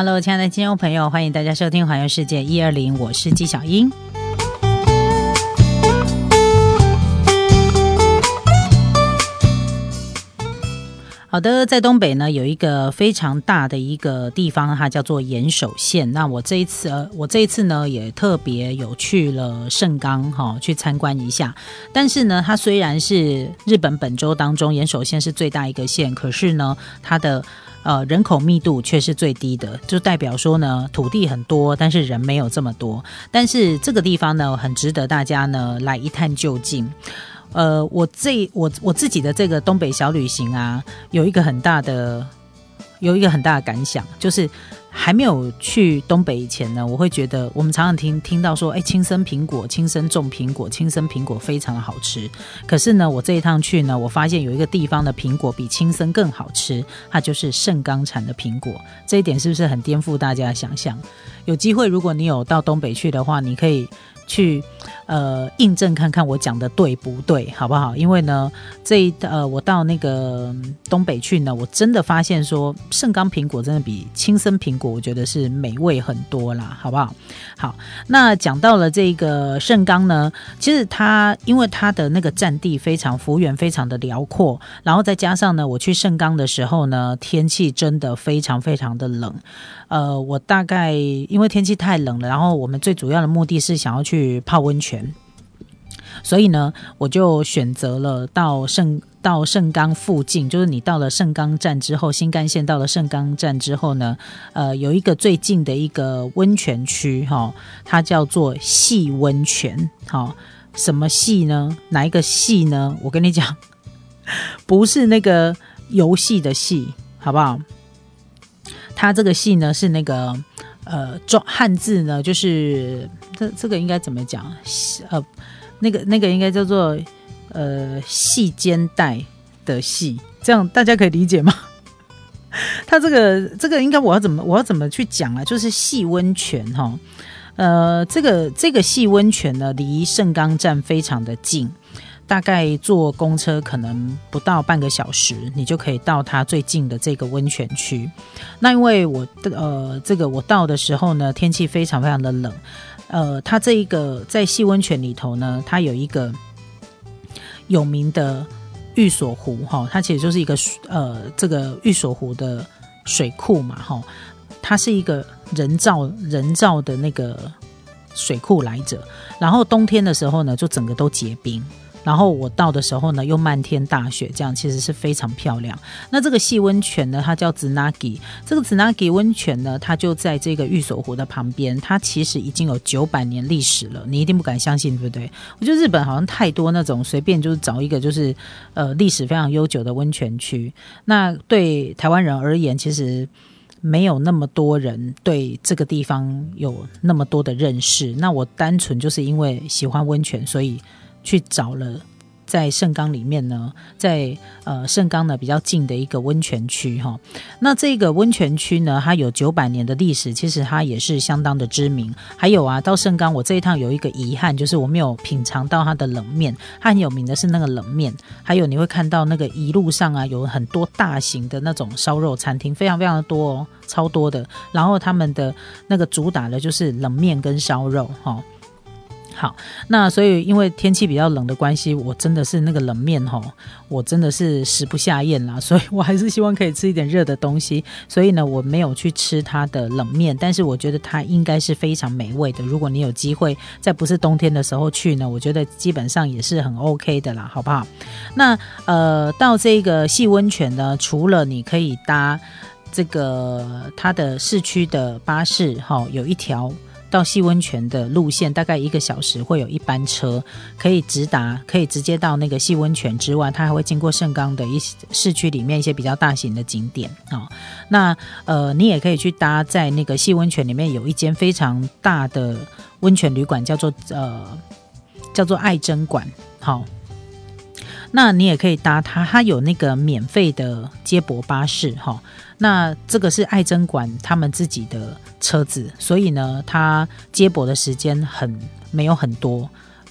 Hello， 亲爱的听众朋友，欢迎大家收听《环游世界120》，我是纪晓英。好的，在东北呢有一个非常大的一个地方，它叫做岩手县。那我这一次呢也特别有去了盛冈去参观一下。但是呢，它虽然是日本本州当中岩手县是最大一个县，可是呢它的人口密度却是最低的，就代表说呢土地很多，但是人没有这么多。但是这个地方呢很值得大家呢来一探究竟。我自己的这个东北小旅行啊，有一个很大的感想，就是还没有去东北以前呢，我会觉得我们常常听到说，青森苹果、青森种苹果、青森苹果非常的好吃。可是呢，我这一趟去呢，我发现有一个地方的苹果比青森更好吃，它就是盛冈产的苹果。这一点是不是很颠覆大家的想象？有机会，如果你有到东北去的话，你可以去印证看看我讲的对不对，好不好？因为呢，我到那个东北去呢，我真的发现说盛冈苹果真的比青森苹果我觉得是美味很多啦，好不好？好，那讲到了这个盛冈呢，其实因为它的那个占地幅员非常的辽阔，然后再加上呢，我去盛冈的时候呢，天气真的非常非常的冷。我大概因为天气太冷了，然后我们最主要的目的是想要去泡温泉，所以呢我就选择了到盛冈附近，就是你到了盛冈站之后，新干线到了盛冈站之后呢，有一个最近的一个温泉区它叫做细温泉。什么细呢？哪一个细呢？我跟你讲，不是那个游戏的戏，好不好？它这个戏呢是那个汉字呢，就是这个应该怎么讲？那个应该叫做细肩带的细，这样大家可以理解吗？它这个应该我要怎么去讲啊？就是细温泉哈。这个细温泉呢，离盛冈站非常的近。大概坐公车可能不到半个小时，你就可以到它最近的这个温泉区。那因为我到的时候呢，天气非常非常的冷。它这一个在细温泉里头呢，它有一个有名的御所湖它其实就是一个这个御所湖的水库嘛它是一个人造的那个水库来着。然后冬天的时候呢，就整个都结冰。然后我到的时候呢，又漫天大雪，这样其实是非常漂亮。那这个细温泉呢，它叫Tsunagi。这个Tsunagi温泉呢，它就在这个御所湖的旁边，它其实已经有900年历史了。你一定不敢相信，对不对？我觉得日本好像太多那种随便就是找一个就是历史非常悠久的温泉区。那对台湾人而言，其实没有那么多人对这个地方有那么多的认识。那我单纯就是因为喜欢温泉，所以去找了在盛冈里面呢，在盛冈呢比较近的一个温泉区那这个温泉区呢，它有900年的历史，其实它也是相当的知名。还有啊，到盛冈我这一趟有一个遗憾，就是我没有品尝到它的冷面。它很有名的是那个冷面，还有你会看到那个一路上啊有很多大型的那种烧肉餐厅，非常非常的多超多的。然后他们的那个主打的就是冷面跟烧肉好，那所以因为天气比较冷的关系，我真的是那个冷面我真的是食不下咽啦，所以我还是希望可以吃一点热的东西。所以呢，我没有去吃它的冷面，但是我觉得它应该是非常美味的。如果你有机会在不是冬天的时候去呢，我觉得基本上也是很 OK 的啦，好不好？那到这个细温泉呢，除了你可以搭这个它的市区的巴士有一条到细温泉的路线，大概1个小时会有一班车可以直达，可以直接到那个细温泉之外，它还会经过盛冈的市区里面一些比较大型的景点那你也可以去搭在那个细温泉里面有一间非常大的温泉旅馆，叫做爱珍馆那你也可以搭它有那个免费的接驳巴士那这个是爱珍馆他们自己的车子，所以呢它接驳的时间没有很多，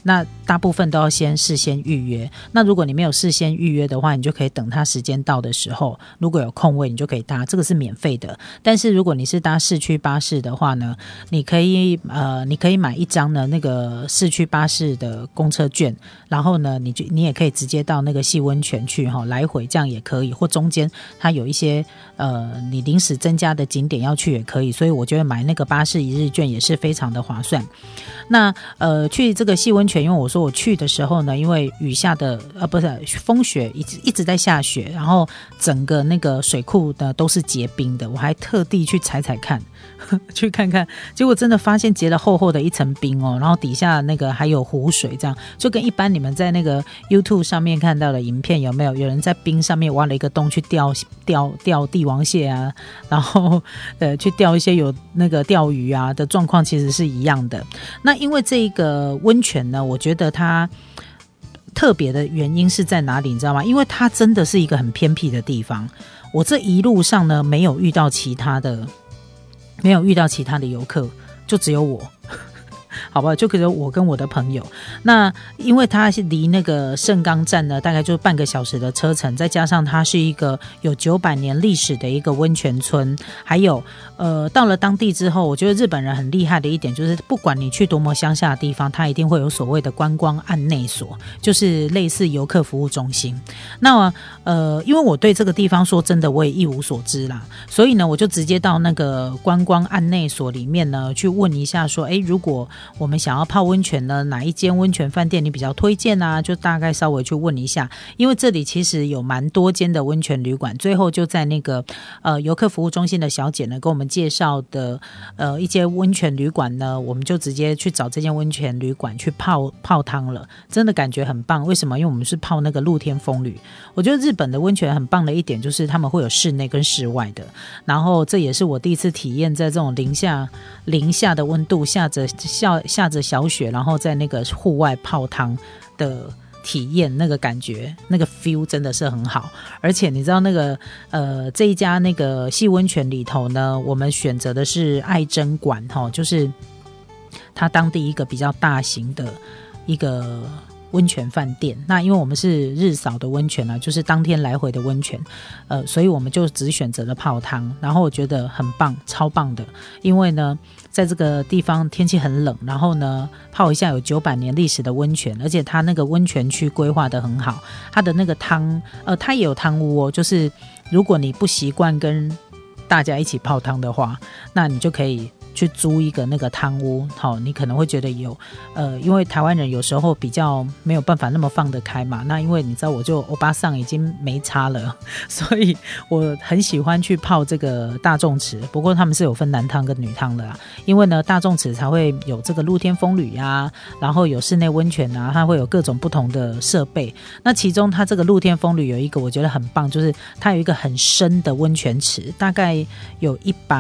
那大部分都要事先预约。那如果你没有事先预约的话，你就可以等它时间到的时候，如果有空位你就可以搭，这个是免费的。但是如果你是搭市区巴士的话呢，你可以买一张呢那个市区巴士的公车券，然后呢你也可以直接到那个细温泉去来回，这样也可以，或中间它有一些你临时增加的景点要去也可以。所以我觉得买那个巴士一日券也是非常的划算。那去这个细温泉，因为我说我去的时候呢，因为雨下的不是风雪一直在下雪，然后整个那个水库呢都是结冰的，我还特地去踩看去看看，结果真的发现结了厚厚的一层冰哦，然后底下那个还有湖水，这样就跟一般你们在那个 YouTube 上面看到的影片，有没有人在冰上面挖了一个洞去钓帝王蟹啊，然后去钓一些有那个钓鱼啊的状况，其实是一样的。那因为这个温泉呢，我觉得它特别的原因是在哪里你知道吗？因为它真的是一个很偏僻的地方，我这一路上呢没有遇到其他的游客，就只有我好不好？就可能我跟我的朋友。那因为它是离那个盛冈站呢大概就半个小时的车程，再加上它是一个有900年历史的一个温泉村，还有到了当地之后，我觉得日本人很厉害的一点就是不管你去多么乡下的地方，它一定会有所谓的观光案内所，就是类似游客服务中心。那因为我对这个地方说真的我也一无所知啦，所以呢我就直接到那个观光案内所里面呢去问一下说，如果我们想要泡温泉呢，哪一间温泉饭店你比较推荐啊？就大概稍微去问一下，因为这里其实有蛮多间的温泉旅馆，最后就在那个游客服务中心的小姐呢跟我们介绍的一间温泉旅馆呢，我们就直接去找这间温泉旅馆去泡汤了，真的感觉很棒。为什么？因为我们是泡那个露天风吕。我觉得日本的温泉很棒的一点就是他们会有室内跟室外的，然后这也是我第一次体验在这种零下的温度，下着小雪，然后在那个户外泡汤的体验，那个感觉那个 feel 真的是很好。而且你知道那个这一家那个细温泉里头呢，我们选择的是爱珍馆就是它当地一个比较大型的一个温泉饭店。那因为我们是日扫的温泉就是当天来回的温泉所以我们就只选择了泡汤，然后我觉得很棒，超棒的。因为呢在这个地方天气很冷，然后呢泡一下有900年历史的温泉，而且它那个温泉区规划得很好，它的那个汤它也有汤屋哦，就是如果你不习惯跟大家一起泡汤的话，那你就可以去租一个那个汤屋你可能会觉得有因为台湾人有时候比较没有办法那么放得开嘛，那因为你知道我就欧巴桑已经没差了，所以我很喜欢去泡这个大众池。不过他们是有分男汤跟女汤的啦，因为呢大众池才会有这个露天风吕啊，然后有室内温泉啊，它会有各种不同的设备。那其中它这个露天风吕有一个我觉得很棒，就是它有一个很深的温泉池，大概有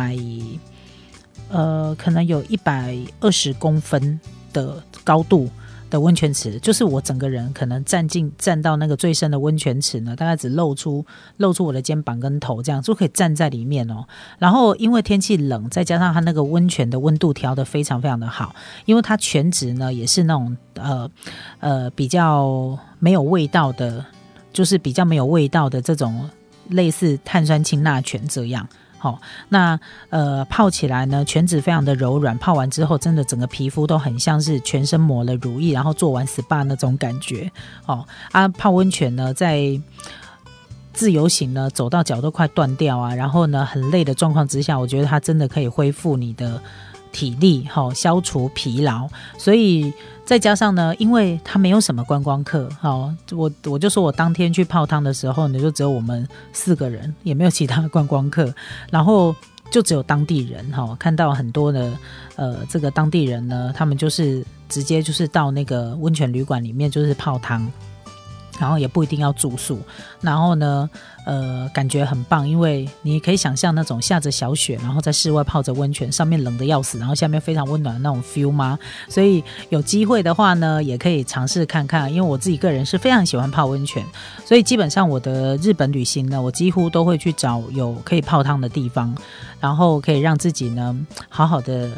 可能有120公分的高度的温泉池，就是我整个人可能站到那个最深的温泉池呢，大概只露出我的肩膀跟头，这样就可以站在里面哦。然后因为天气冷，再加上它那个温泉的温度调得非常非常的好，因为它全质呢也是那种比较没有味道的，就是比较没有味道的这种类似碳酸氢钠泉这样。那泡起来呢全质非常的柔软，泡完之后真的整个皮肤都很像是全身抹了乳液然后做完 SPA 那种感觉泡温泉呢在自由行呢走到脚都快断掉啊，然后呢很累的状况之下，我觉得它真的可以恢复你的体力消除疲劳。所以再加上呢因为它没有什么观光客我就说我当天去泡汤的时候呢就只有我们4个人，也没有其他的观光客，然后就只有当地人看到很多的这个当地人呢，他们就是直接就是到那个温泉旅馆里面就是泡汤，然后也不一定要住宿，然后呢感觉很棒。因为你可以想象那种下着小雪然后在室外泡着温泉，上面冷得要死，然后下面非常温暖的那种 feel 吗？所以有机会的话呢也可以尝试看看，因为我自己个人是非常喜欢泡温泉，所以基本上我的日本旅行呢我几乎都会去找有可以泡汤的地方，然后可以让自己呢好好的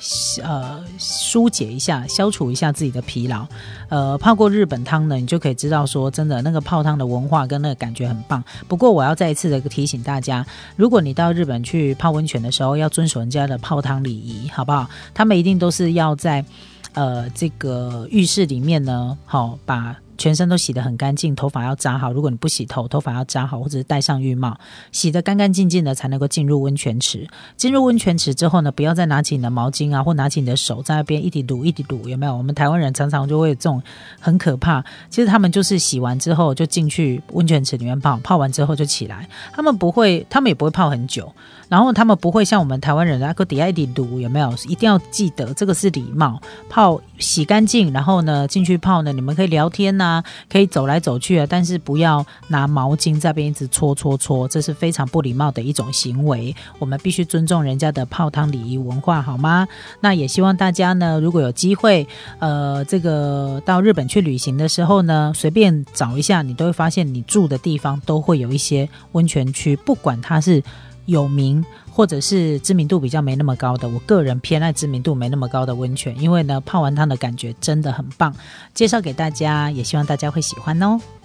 疏解一下，消除一下自己的疲劳。泡过日本汤呢，你就可以知道说真的那个泡汤的文化跟那个感觉很棒。不过我要再一次的提醒大家，如果你到日本去泡温泉的时候，要遵守人家的泡汤礼仪，好不好？他们一定都是要在这个浴室里面呢，好把全身都洗得很干净，头发要扎好，如果你不洗头，头发要扎好，或者是戴上浴帽，洗得干干净净的才能够进入温泉池。进入温泉池之后呢，不要再拿起你的毛巾啊，或拿起你的手在那边一滴撸一滴撸，有没有？我们台湾人常常就会有这种很可怕，其实他们就是洗完之后就进去温泉池里面泡，泡完之后就起来，他们也不会泡很久，然后他们不会像我们台湾人在底下一滴撸，有没有？一定要记得这个是礼貌，泡洗干净，然后呢进去泡呢，你们可以聊天啊，可以走来走去啊，但是不要拿毛巾在那边一直搓，这是非常不礼貌的一种行为。我们必须尊重人家的泡汤礼仪文化，好吗？那也希望大家呢，如果有机会这个到日本去旅行的时候呢，随便找一下，你都会发现你住的地方都会有一些温泉区，不管它是有名或者是知名度比较没那么高的，我个人偏爱知名度没那么高的温泉，因为呢泡完汤的感觉真的很棒，介绍给大家，也希望大家会喜欢哦。